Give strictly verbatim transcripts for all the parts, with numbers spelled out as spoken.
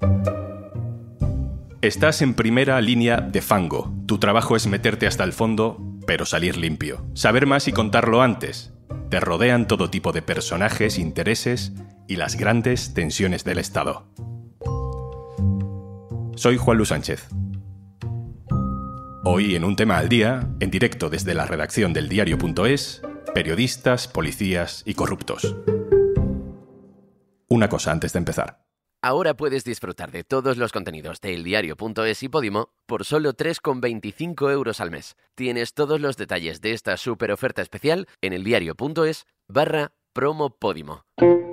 Estás en primera línea de fango. Tu trabajo es meterte hasta el fondo, pero salir limpio. Saber más y contarlo antes. Te rodean todo tipo de personajes, intereses y las grandes tensiones del Estado. Soy Juan Luis Sánchez. Hoy en Un Tema al Día, en directo desde la redacción del diario punto es, periodistas, policías y corruptos. Una cosa antes de empezar. Ahora puedes disfrutar de todos los contenidos de eldiario punto es y Podimo por solo tres con veinticinco euros al mes. Tienes todos los detalles de esta super oferta especial en eldiario punto es barra promo Podimo.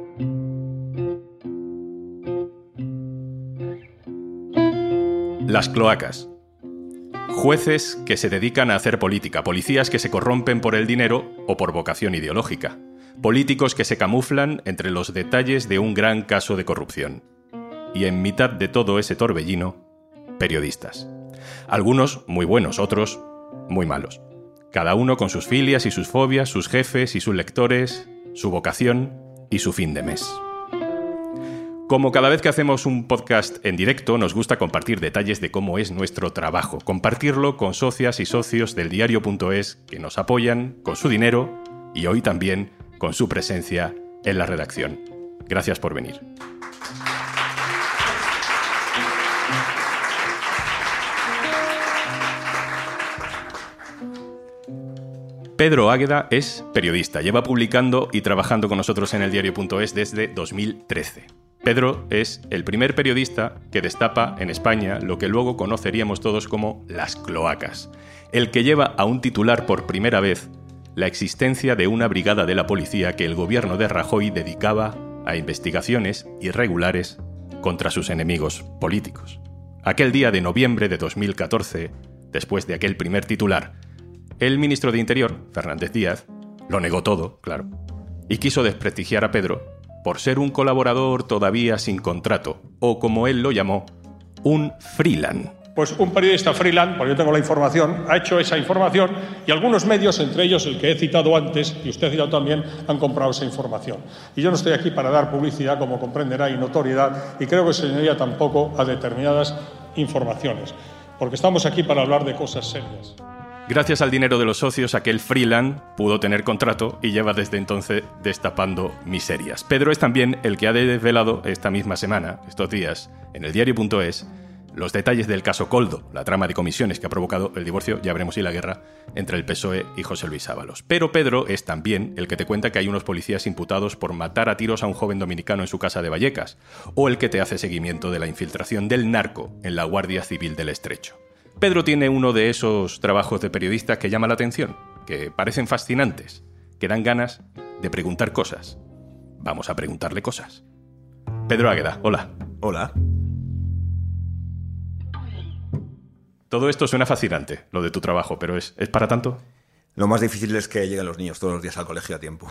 Las cloacas. Jueces que se dedican a hacer política, policías que se corrompen por el dinero o por vocación ideológica, políticos que se camuflan entre los detalles de un gran caso de corrupción. Y en mitad de todo ese torbellino, periodistas. Algunos muy buenos, otros muy malos. Cada uno con sus filias y sus fobias, sus jefes y sus lectores, su vocación y su fin de mes. Como cada vez que hacemos un podcast en directo, nos gusta compartir detalles de cómo es nuestro trabajo, compartirlo con socias y socios del diario punto es que nos apoyan con su dinero y hoy también con su presencia en la redacción. Gracias por venir. Pedro Águeda es periodista, lleva publicando y trabajando con nosotros en el diario punto es desde dos mil trece. Pedro es el primer periodista que destapa en España lo que luego conoceríamos todos como las cloacas, el que lleva a un titular por primera vez la existencia de una brigada de la policía que el gobierno de Rajoy dedicaba a investigaciones irregulares contra sus enemigos políticos. Aquel día de noviembre de dos mil catorce, después de aquel primer titular, el ministro de Interior, Fernández Díaz, lo negó todo, claro, y quiso desprestigiar a Pedro por ser un colaborador todavía sin contrato, o como él lo llamó, un freelance. Pues un periodista freelance, porque yo tengo la información, ha hecho esa información y algunos medios, entre ellos el que he citado antes, y usted ha citado también, han comprado esa información. Y yo no estoy aquí para dar publicidad, como comprenderá, y notoriedad, y creo que señoría tampoco a determinadas informaciones, porque estamos aquí para hablar de cosas serias. Gracias al dinero de los socios, aquel freelance pudo tener contrato y lleva desde entonces destapando miserias. Pedro es también el que ha desvelado esta misma semana, estos días, en el diario punto es, los detalles del caso Koldo, la trama de comisiones que ha provocado el divorcio, ya veremos si la guerra, entre el P S O E y José Luis Ábalos. Pero Pedro es también el que te cuenta que hay unos policías imputados por matar a tiros a un joven dominicano en su casa de Vallecas, o el que te hace seguimiento de la infiltración del narco en la Guardia Civil del Estrecho. Pedro tiene uno de esos trabajos de periodista que llama la atención, que parecen fascinantes, que dan ganas de preguntar cosas. Vamos a preguntarle cosas. Pedro Águeda, hola. Hola. Todo esto suena fascinante, lo de tu trabajo, pero ¿es, es para tanto? Lo más difícil es que lleguen los niños todos los días al colegio a tiempo.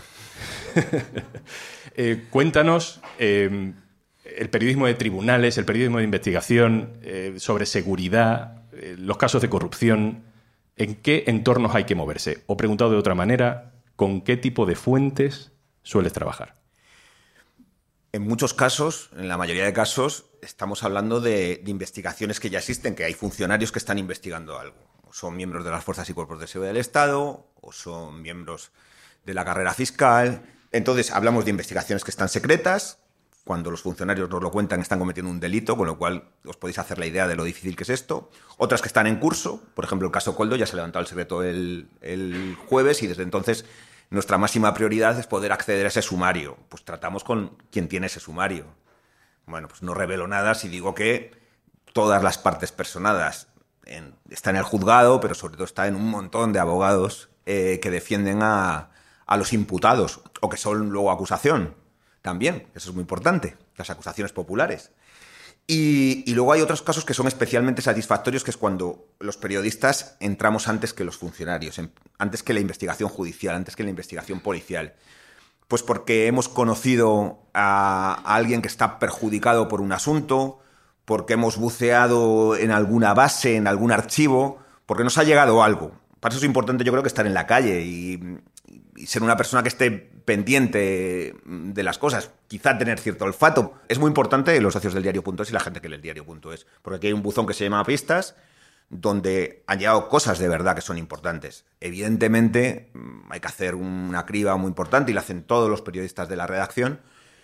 eh, cuéntanos... Eh, el periodismo de tribunales, el periodismo de investigación, eh, sobre seguridad, eh, los casos de corrupción, ¿en qué entornos hay que moverse? O preguntado de otra manera, ¿con qué tipo de fuentes sueles trabajar? En muchos casos, en la mayoría de casos, estamos hablando de, de investigaciones que ya existen, que hay funcionarios que están investigando algo. O son miembros de las fuerzas y cuerpos de seguridad del Estado, o son miembros de la carrera fiscal. Entonces, hablamos de investigaciones que están secretas. Cuando los funcionarios nos lo cuentan, están cometiendo un delito, con lo cual os podéis hacer la idea de lo difícil que es esto. Otras que están en curso, por ejemplo, el caso Koldo ya se ha levantado el secreto el, el jueves y desde entonces nuestra máxima prioridad es poder acceder a ese sumario. Pues tratamos con quien tiene ese sumario. Bueno, pues no revelo nada si digo que todas las partes personadas en, está en el juzgado, pero sobre todo está en un montón de abogados eh, que defienden a, a los imputados o que son luego acusación. También, eso es muy importante, las acusaciones populares. Y, y luego hay otros casos que son especialmente satisfactorios, que es cuando los periodistas entramos antes que los funcionarios, en, antes que la investigación judicial, antes que la investigación policial. Pues porque hemos conocido a, a alguien que está perjudicado por un asunto, porque hemos buceado en alguna base, en algún archivo, porque nos ha llegado algo. Para eso es importante, yo creo, que estar en la calle y, y ser una persona que esté pendiente de las cosas, quizá tener cierto olfato. Es muy importante los socios del diario punto es y la gente que lee el diario punto es, porque aquí hay un buzón que se llama Pistas, donde han llegado cosas de verdad que son importantes. Evidentemente hay que hacer una criba muy importante y lo hacen todos los periodistas de la redacción,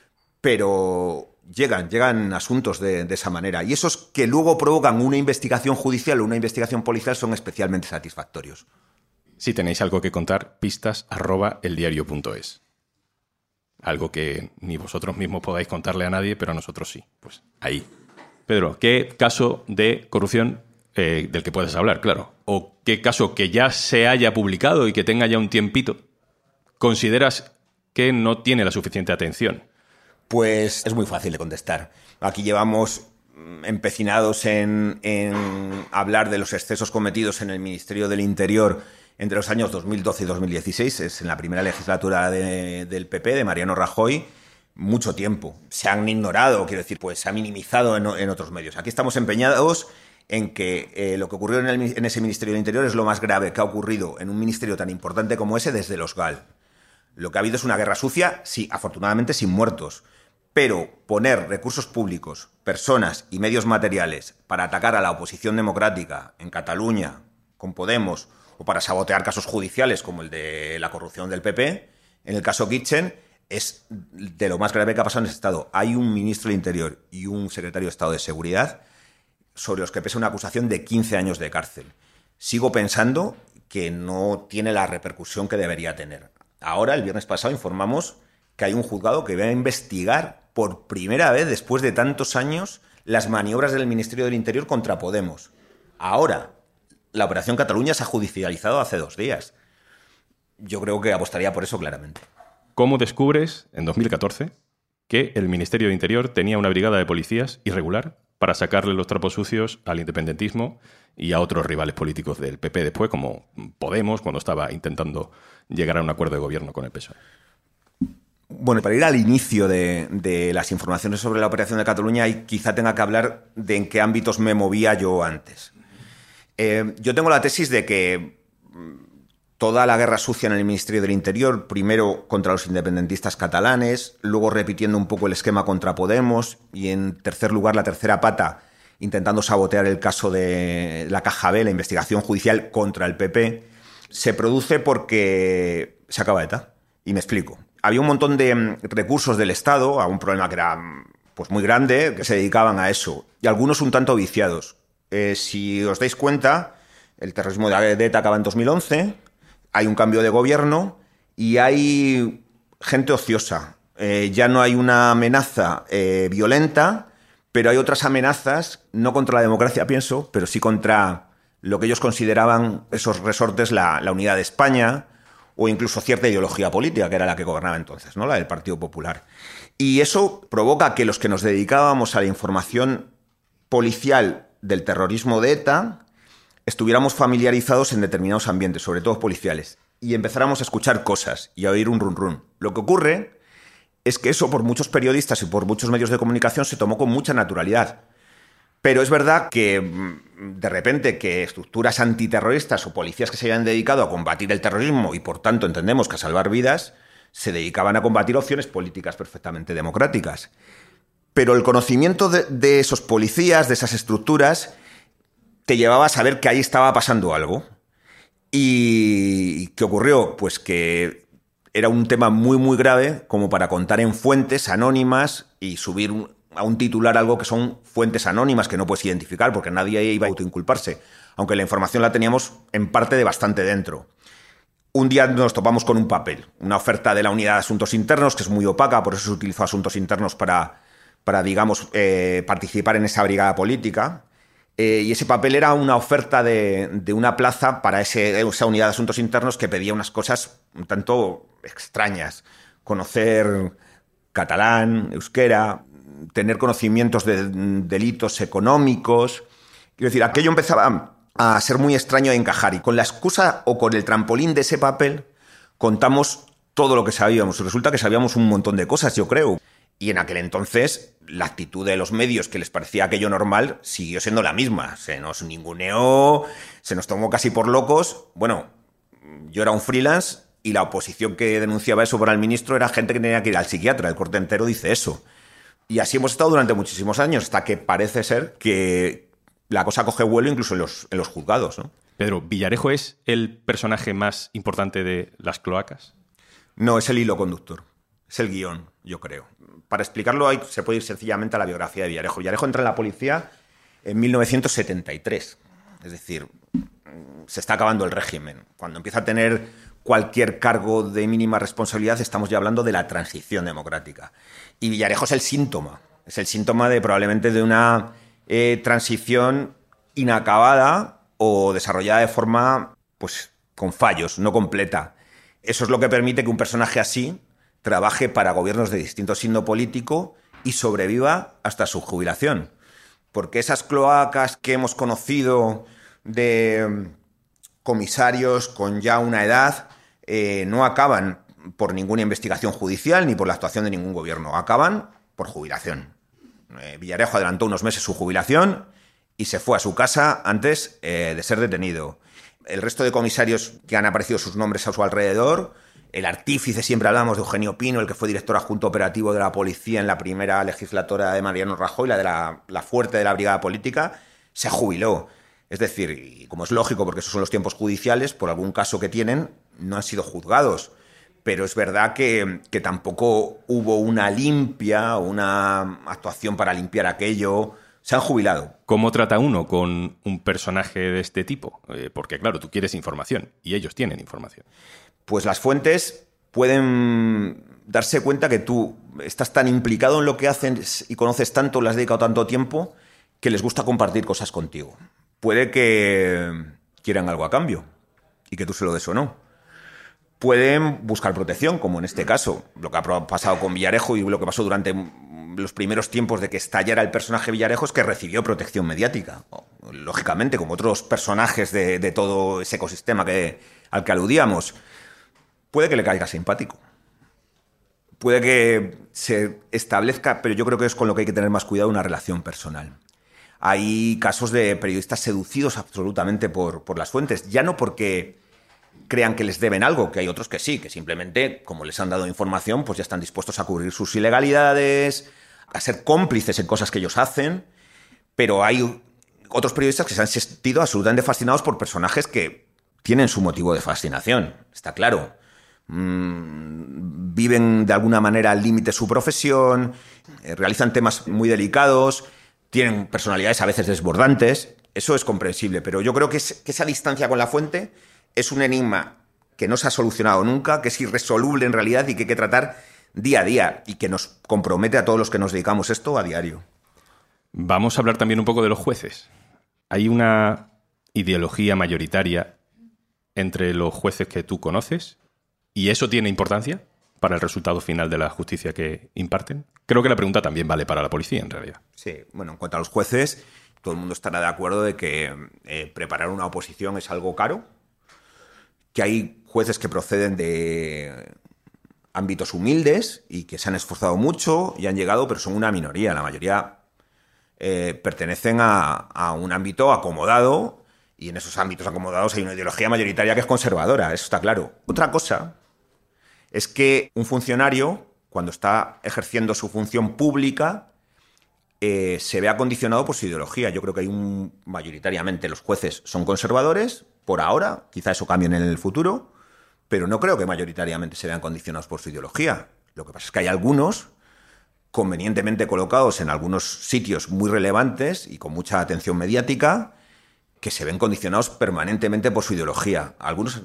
pero llegan, llegan asuntos de, de esa manera. Y esos que luego provocan una investigación judicial o una investigación policial son especialmente satisfactorios. Si tenéis algo que contar, pistas arroba eldiario punto es. Algo que ni vosotros mismos podáis contarle a nadie, pero a nosotros sí. Pues ahí. Pedro, ¿qué caso de corrupción eh, del que puedes hablar, claro? ¿O qué caso que ya se haya publicado y que tenga ya un tiempito consideras que no tiene la suficiente atención? Pues es muy fácil de contestar. Aquí llevamos empecinados en, en hablar de los excesos cometidos en el Ministerio del Interior entre los años dos mil doce y dos mil dieciséis. Es en la primera legislatura de, del P P, de Mariano Rajoy, mucho tiempo. Se han ignorado, quiero decir, pues se ha minimizado en, en otros medios. Aquí estamos empeñados en que eh, lo que ocurrió en, el, en ese Ministerio del Interior es lo más grave que ha ocurrido en un ministerio tan importante como ese desde los GAL. Lo que ha habido es una guerra sucia, sí, afortunadamente sin muertos. Pero poner recursos públicos, personas y medios materiales para atacar a la oposición democrática en Cataluña, con Podemos, o para sabotear casos judiciales como el de la corrupción del P P, en el caso Kitchen, es de lo más grave que ha pasado en ese Estado. Hay un ministro del Interior y un secretario de Estado de Seguridad sobre los que pesa una acusación de quince años de cárcel. Sigo pensando que no tiene la repercusión que debería tener. Ahora, el viernes pasado, informamos que hay un juzgado que va a investigar por primera vez, después de tantos años, las maniobras del Ministerio del Interior contra Podemos. Ahora, la Operación Cataluña se ha judicializado hace dos días. Yo creo que apostaría por eso claramente. ¿Cómo descubres, en dos mil catorce, que el Ministerio de Interior tenía una brigada de policías irregular para sacarle los trapos sucios al independentismo y a otros rivales políticos del P P después, como Podemos, cuando estaba intentando llegar a un acuerdo de gobierno con el P S O E? Bueno, para ir al inicio de, de las informaciones sobre la Operación de Cataluña, y quizá tenga que hablar de en qué ámbitos me movía yo antes. Eh, yo tengo la tesis de que toda la guerra sucia en el Ministerio del Interior, primero contra los independentistas catalanes, luego repitiendo un poco el esquema contra Podemos y, en tercer lugar, la tercera pata, intentando sabotear el caso de la Caja B, la investigación judicial contra el P P, se produce porque se acaba ETA. Y me explico. Había un montón de recursos del Estado, a un problema que era pues muy grande, que se dedicaban a eso, y algunos un tanto viciados. Eh, si os dais cuenta, el terrorismo de ETA acaba en dos mil once, hay un cambio de gobierno y hay gente ociosa. Eh, ya no hay una amenaza eh, violenta, pero hay otras amenazas, no contra la democracia, pienso, pero sí contra lo que ellos consideraban, esos resortes, la, la unidad de España, o incluso cierta ideología política, que era la que gobernaba entonces, ¿no? La del Partido Popular. Y eso provoca que los que nos dedicábamos a la información policial del terrorismo de ETA estuviéramos familiarizados en determinados ambientes, sobre todo policiales, y empezáramos a escuchar cosas y a oír un run run. Lo que ocurre es que eso por muchos periodistas y por muchos medios de comunicación se tomó con mucha naturalidad. Pero es verdad que de repente que estructuras antiterroristas o policías que se hayan dedicado a combatir el terrorismo y por tanto entendemos que a salvar vidas, se dedicaban a combatir opciones políticas perfectamente democráticas. Pero el conocimiento de, de esos policías, de esas estructuras, te llevaba a saber que ahí estaba pasando algo. ¿Y qué ocurrió? Pues que era un tema muy, muy grave como para contar en fuentes anónimas y subir un, a un titular algo que son fuentes anónimas que no puedes identificar porque nadie iba a autoinculparse, aunque la información la teníamos en parte de bastante dentro. Un día nos topamos con un papel, una oferta de la Unidad de Asuntos Internos, que es muy opaca, por eso se utilizó Asuntos Internos para, para digamos, eh, participar en esa brigada política. Eh, y ese papel era una oferta de, de una plaza para ese, esa Unidad de Asuntos Internos que pedía unas cosas un tanto extrañas. Conocer catalán, euskera, tener conocimientos de delitos económicos. Quiero decir, aquello empezaba a ser muy extraño de encajar y con la excusa o con el trampolín de ese papel contamos todo lo que sabíamos. Resulta que sabíamos un montón de cosas, yo creo. Y en aquel entonces la actitud de los medios, que les parecía aquello normal, siguió siendo la misma. Se nos ninguneó, se nos tomó casi por locos. Bueno, yo era un freelance y la oposición que denunciaba eso para el ministro era gente que tenía que ir al psiquiatra. El corte entero dice eso. Y así hemos estado durante muchísimos años, hasta que parece ser que la cosa coge vuelo incluso en los, en los juzgados, ¿no? Pedro, ¿Villarejo es el personaje más importante de las cloacas? No, es el hilo conductor. Es el guión, yo creo. Para explicarlo, hay, se puede ir sencillamente a la biografía de Villarejo. Villarejo entra en la policía en mil novecientos setenta y tres. Es decir, se está acabando el régimen. Cuando empieza a tener cualquier cargo de mínima responsabilidad, estamos ya hablando de la transición democrática. Y Villarejo es el síntoma. Es el síntoma de probablemente de una eh, transición inacabada o desarrollada de forma, pues, con fallos, no completa. Eso es lo que permite que un personaje así trabaje para gobiernos de distinto signo político y sobreviva hasta su jubilación. Porque esas cloacas que hemos conocido de comisarios con ya una edad eh, no acaban por ninguna investigación judicial ni por la actuación de ningún gobierno. Acaban por jubilación. Eh, Villarejo adelantó unos meses su jubilación y se fue a su casa antes eh, de ser detenido. El resto de comisarios que han aparecido sus nombres a su alrededor, el artífice, siempre hablamos de Eugenio Pino, el que fue director adjunto operativo de la policía en la primera legislatura de Mariano Rajoy, la de la, la fuerte de la brigada política, se jubiló. Es decir, y como es lógico, porque esos son los tiempos judiciales, por algún caso que tienen, no han sido juzgados. Pero es verdad que, que tampoco hubo una limpia o una actuación para limpiar aquello. Se han jubilado. ¿Cómo trata uno con un personaje de este tipo? Eh, porque, claro, tú quieres información y ellos tienen información. Pues las fuentes pueden darse cuenta que tú estás tan implicado en lo que hacen y conoces tanto, le has dedicado tanto tiempo, que les gusta compartir cosas contigo. Puede que quieran algo a cambio y que tú se lo des o no. Pueden buscar protección, como en este caso, lo que ha pasado con Villarejo y lo que pasó durante los primeros tiempos de que estallara el personaje Villarejo, es que recibió protección mediática. Lógicamente, como otros personajes de, de todo ese ecosistema que, al que aludíamos. Puede que le caiga simpático. Puede que se establezca, pero yo creo que es con lo que hay que tener más cuidado, una relación personal. Hay casos de periodistas seducidos absolutamente por, por las fuentes, ya no porque crean que les deben algo, que hay otros que sí, que simplemente, como les han dado información, pues ya están dispuestos a cubrir sus ilegalidades, a ser cómplices en cosas que ellos hacen, pero hay otros periodistas que se han sentido absolutamente fascinados por personajes que tienen su motivo de fascinación, está claro. Mm, viven de alguna manera al límite su profesión, eh, realizan temas muy delicados, tienen personalidades a veces desbordantes, eso es comprensible, pero yo creo que, es, que esa distancia con la fuente es un enigma que no se ha solucionado nunca, que es irresoluble en realidad y que hay que tratar día a día y que nos compromete a todos los que nos dedicamos esto a diario. Vamos a hablar también un poco de los jueces. Hay una ideología mayoritaria entre los jueces que tú conoces y eso tiene importancia para el resultado final de la justicia que imparten. Creo que la pregunta también vale para la policía, en realidad. Sí, bueno, en cuanto a los jueces, todo el mundo estará de acuerdo de que eh, preparar una oposición es algo caro, que hay jueces que proceden de ámbitos humildes y que se han esforzado mucho y han llegado, pero son una minoría. La mayoría eh, pertenecen a, a un ámbito acomodado y en esos ámbitos acomodados hay una ideología mayoritaria que es conservadora, eso está claro. Otra cosa es que un funcionario, cuando está ejerciendo su función pública, eh, se vea condicionado por su ideología. Yo creo que hay un, mayoritariamente los jueces son conservadores, por ahora, quizá eso cambie en el futuro, pero no creo que mayoritariamente se vean condicionados por su ideología. Lo que pasa es que hay algunos convenientemente colocados en algunos sitios muy relevantes y con mucha atención mediática que se ven condicionados permanentemente por su ideología. Algunos,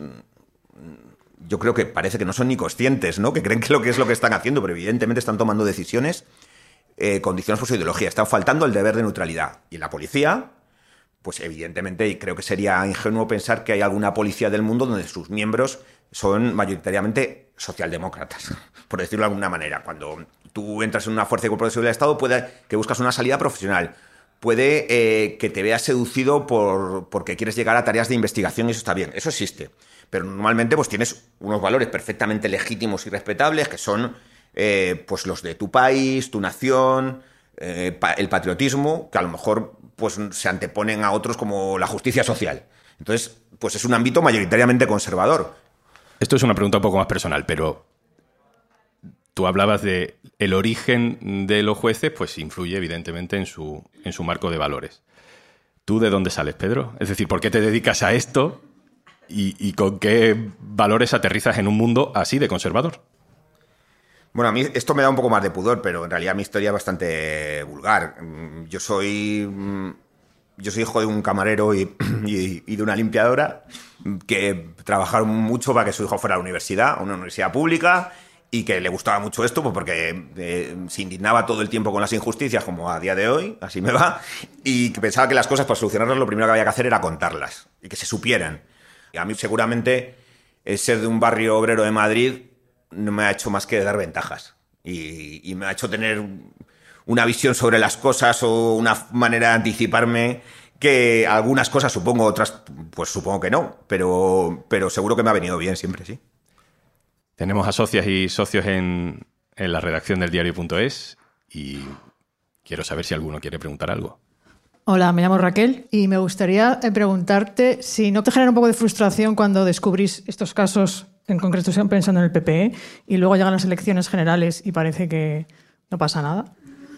yo creo que parece que no son ni conscientes, ¿no? Que creen que lo que es lo que están haciendo, pero evidentemente están tomando decisiones eh, condicionadas por su ideología. Están faltando el deber de neutralidad. Y la policía, pues evidentemente creo que sería ingenuo pensar que hay alguna policía del mundo donde sus miembros son mayoritariamente socialdemócratas, por decirlo de alguna manera. Cuando tú entras en una fuerza de cuerpo de seguridad del Estado, puede que buscas una salida profesional, puede eh, que te veas seducido por, porque quieres llegar a tareas de investigación y eso está bien, eso existe. Pero normalmente pues tienes unos valores perfectamente legítimos y respetables que son eh, pues los de tu país, tu nación, eh, pa- el patriotismo, que a lo mejor pues se anteponen a otros como la justicia social. Entonces, pues es un ámbito mayoritariamente conservador. Esto es una pregunta un poco más personal, pero tú hablabas de el origen de los jueces, pues influye evidentemente en su, en su marco de valores. ¿Tú de dónde sales, Pedro? Es decir, ¿por qué te dedicas a esto y, y con qué valores aterrizas en un mundo así de conservador? Bueno, a mí esto me da un poco más de pudor, pero en realidad mi historia es bastante vulgar. Yo soy, yo soy hijo de un camarero y, y, y de una limpiadora que trabajaron mucho para que su hijo fuera a la universidad, a una universidad pública, y que le gustaba mucho esto pues porque eh, se indignaba todo el tiempo con las injusticias, como a día de hoy, así me va, y que pensaba que las cosas, para solucionarlas, lo primero que había que hacer era contarlas y que se supieran. Y a mí seguramente el ser de un barrio obrero de Madrid no me ha hecho más que dar ventajas y, y me ha hecho tener una visión sobre las cosas o una manera de anticiparme que algunas cosas supongo, otras pues supongo que no, pero, pero seguro que me ha venido bien siempre, sí. Tenemos a socias y socios en, en la redacción del diario punto es y quiero saber si alguno quiere preguntar algo. Hola, me llamo Raquel y me gustaría preguntarte si no te genera un poco de frustración cuando descubrís estos casos, en concreto pensando en el P P E, y luego llegan las elecciones generales y parece que no pasa nada.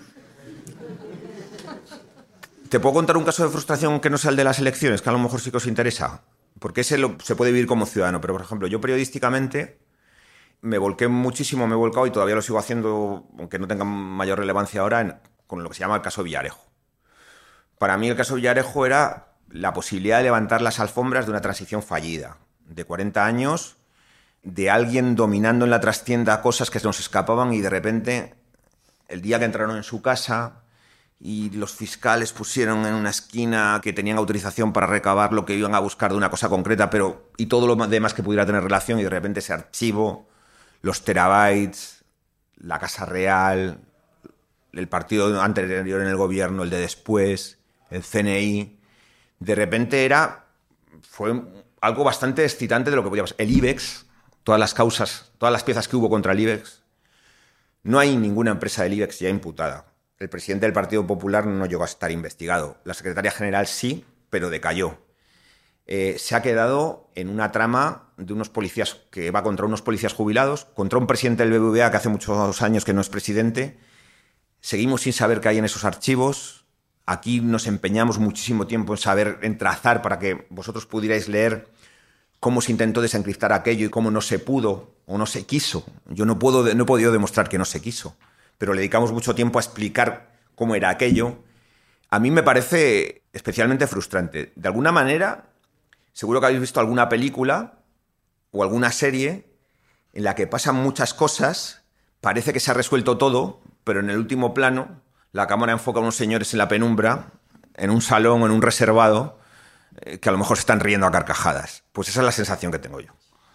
¿Te puedo contar un caso de frustración que no sea el de las elecciones, que a lo mejor sí que os interesa? Porque ese lo, se puede vivir como ciudadano, pero por ejemplo, yo periodísticamente me volqué muchísimo, me he volcado y todavía lo sigo haciendo, aunque no tenga mayor relevancia ahora, en, con lo que se llama el caso Villarejo. Para mí el caso Villarejo era la posibilidad de levantar las alfombras de una transición fallida, de cuarenta años, de alguien dominando en la trastienda cosas que se nos escapaban y de repente, el día que entraron en su casa y los fiscales pusieron en una esquina que tenían autorización para recabar lo que iban a buscar de una cosa concreta, pero y todo lo demás que pudiera tener relación, y de repente ese archivo, los terabytes, la Casa Real, el partido anterior en el gobierno, el de después, el C N I, de repente era, fue algo bastante excitante de lo que podía pasar. El IBEX, todas las causas, todas las piezas que hubo contra el IBEX, no hay ninguna empresa del IBEX ya imputada. El presidente del Partido Popular no llegó a estar investigado. La secretaria general sí, pero decayó. Eh, se ha quedado en una trama de unos policías que va contra unos policías jubilados, contra un presidente del B B V A que hace muchos años que no es presidente. Seguimos sin saber qué hay en esos archivos. Aquí nos empeñamos muchísimo tiempo en saber, en trazar para que vosotros pudierais leer cómo se intentó desencriptar aquello y cómo no se pudo o no se quiso. Yo no, puedo, no he podido demostrar que no se quiso, pero le dedicamos mucho tiempo a explicar cómo era aquello. A mí me parece especialmente frustrante. De alguna manera, seguro que habéis visto alguna película o alguna serie en la que pasan muchas cosas, parece que se ha resuelto todo, pero en el último plano la cámara enfoca a unos señores en la penumbra, en un salón o en un reservado, eh, que a lo mejor se están riendo a carcajadas. Pues esa es la sensación que tengo yo.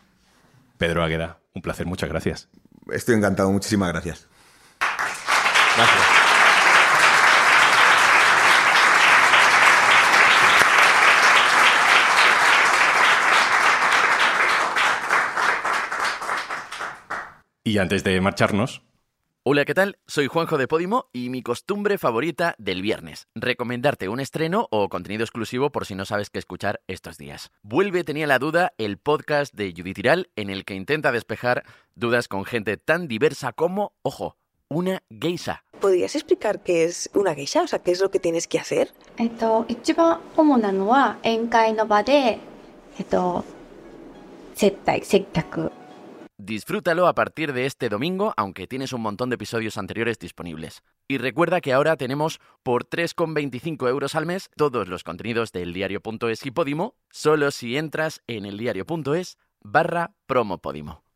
Pedro Águeda, un placer, muchas gracias. Estoy encantado, muchísimas gracias. Gracias. Y antes de marcharnos... Hola, ¿qué tal? Soy Juanjo de Podimo y mi costumbre favorita del viernes, recomendarte un estreno o contenido exclusivo por si no sabes qué escuchar estos días. Vuelve Tenía la Duda, el podcast de Judith Iral, en el que intenta despejar dudas con gente tan diversa como, ojo, una geisha. ¿Podrías explicar qué es una geisha? O sea, ¿qué es lo que tienes que hacer? えっと、一番主なのは宴会の場で、えっと、接待、接客。 Disfrútalo a partir de este domingo, aunque tienes un montón de episodios anteriores disponibles. Y recuerda que ahora tenemos por tres con veinticinco euros al mes todos los contenidos de eldiario.es y Podimo, solo si entras en eldiario.es barra promo Podimo.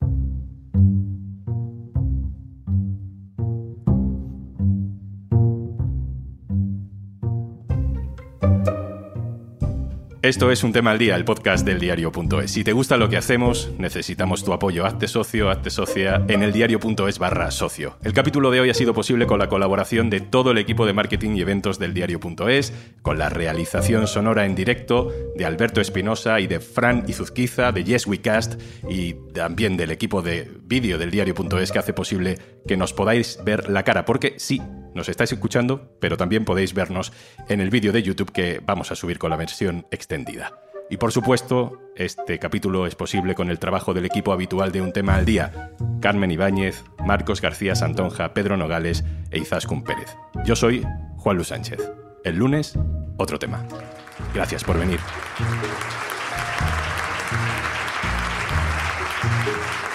Esto es Un Tema al Día, el podcast del diario punto es. Si te gusta lo que hacemos, necesitamos tu apoyo. Hazte socio, hazte socia en eldiario.es barra socio. El capítulo de hoy ha sido posible con la colaboración de todo el equipo de marketing y eventos del diario.es, con la realización sonora en directo de Alberto Espinosa y de Fran Izuzquiza, de Yes We Cast, y también del equipo de vídeo del diario.es que hace posible que nos podáis ver la cara, porque sí, nos estáis escuchando, pero también podéis vernos en el vídeo de YouTube que vamos a subir con la versión extendida. Y por supuesto, este capítulo es posible con el trabajo del equipo habitual de Un Tema al Día: Carmen Ibáñez, Marcos García Santonja, Pedro Nogales e Izaskun Pérez. Yo soy Juan Luis Sánchez. El lunes, otro tema. Gracias por venir.